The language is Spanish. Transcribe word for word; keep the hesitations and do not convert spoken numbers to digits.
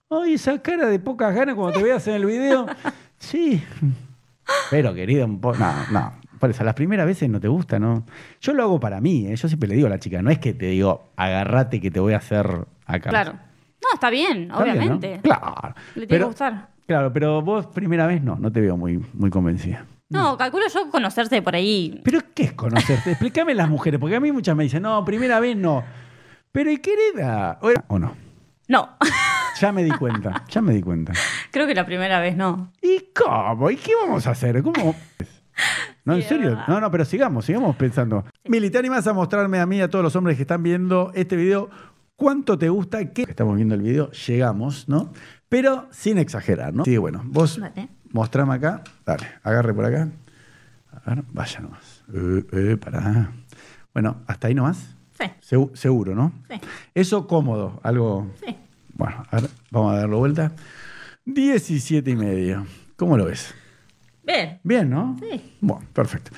Ay, esa cara de pocas ganas cuando te veas en el video. Sí. Pero, querido, un poco. No, no. Por eso, las primeras veces no te gusta, ¿no? Yo lo hago para mí, ¿eh? Yo siempre le digo a la chica, no es que te digo, agárrate que te voy a hacer acá. Claro. No, está bien, Está obviamente. bien, ¿no? Claro. Le tiene Pero, que gustar. Claro, pero vos primera vez no, no te veo muy, muy convencida. No, calculo yo conocerse por ahí. ¿Pero qué es conocerte? Explícame las mujeres, porque a mí muchas me dicen, no, primera vez no. Pero ¿y querida? ¿O, era- o no? No. Ya me di cuenta, ya me di cuenta. Creo que la primera vez no. ¿Y cómo? ¿Y qué vamos a hacer? ¿Cómo? No, Sí, en es serio. verdad. No, no, pero sigamos, sigamos pensando. Mili, ¿te animás a mostrarme a mí y a todos los hombres que están viendo este video cuánto te gusta? Que estamos viendo el video, llegamos, ¿no? Pero sin exagerar, ¿no? Sí, bueno, vos Vale. mostrame acá. Dale, agarre por acá. A ver, vaya nomás. Eh, eh, pará. Bueno, hasta ahí nomás. Sí. Segu- seguro, ¿no? Sí. Eso cómodo, algo... Sí. Bueno, a ver, vamos a darlo vuelta. diecisiete y medio. ¿Cómo lo ves? Bien. Bien, ¿no? Sí. Bueno, perfecto.